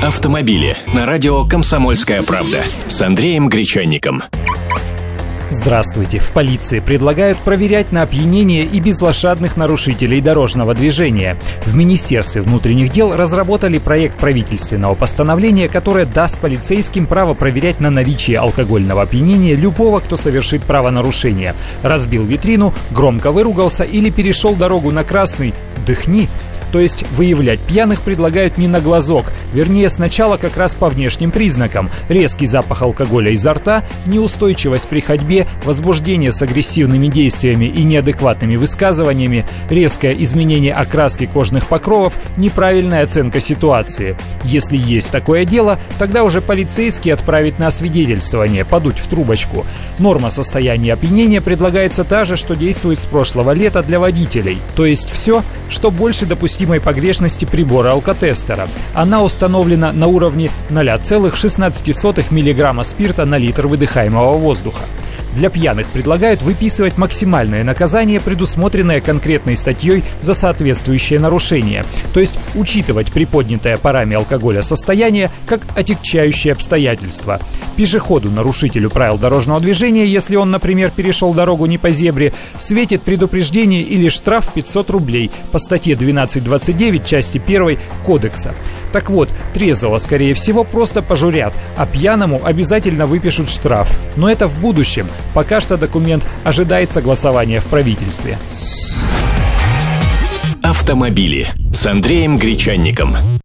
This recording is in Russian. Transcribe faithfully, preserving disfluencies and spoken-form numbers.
Автомобили на радио «Комсомольская правда» с Андреем Гречанником. Здравствуйте. В полиции предлагают проверять на опьянение и безлошадных нарушителей дорожного движения. В Министерстве внутренних дел разработали проект правительственного постановления, которое даст полицейским право проверять на наличие алкогольного опьянения любого, кто совершит правонарушение. Разбил витрину, громко выругался или перешел дорогу на красный — дыхни. То есть выявлять пьяных предлагают не на глазок, вернее сначала как раз по внешним признакам: резкий запах алкоголя изо рта, неустойчивость при ходьбе, возбуждение с агрессивными действиями и неадекватными высказываниями, резкое изменение окраски кожных покровов, неправильная оценка ситуации. Если есть такое дело, тогда уже полицейский отправит на освидетельствование, подуть в трубочку. Норма состояния опьянения предлагается та же, что действует с прошлого лета для водителей, то есть все, что больше допустимого погрешности прибора алкотестера. Она установлена на уровне ноль целых шестнадцать сотых миллиграмма спирта на литр выдыхаемого воздуха. Для пьяных предлагают выписывать максимальное наказание, предусмотренное конкретной статьей за соответствующее нарушение, то есть учитывать приподнятое парами алкоголя состояние как отягчающее обстоятельство. Пешеходу-нарушителю правил дорожного движения, если он, например, перешел дорогу не по зебре, светит предупреждение или штраф пятьсот рублей по статье двенадцать двадцать девять части первой Кодекса. Так вот, трезвого, скорее всего, просто пожурят, а пьяному обязательно выпишут штраф. Но это в будущем. Пока что документ ожидает согласования в правительстве. Автомобили с Андреем Гречанником.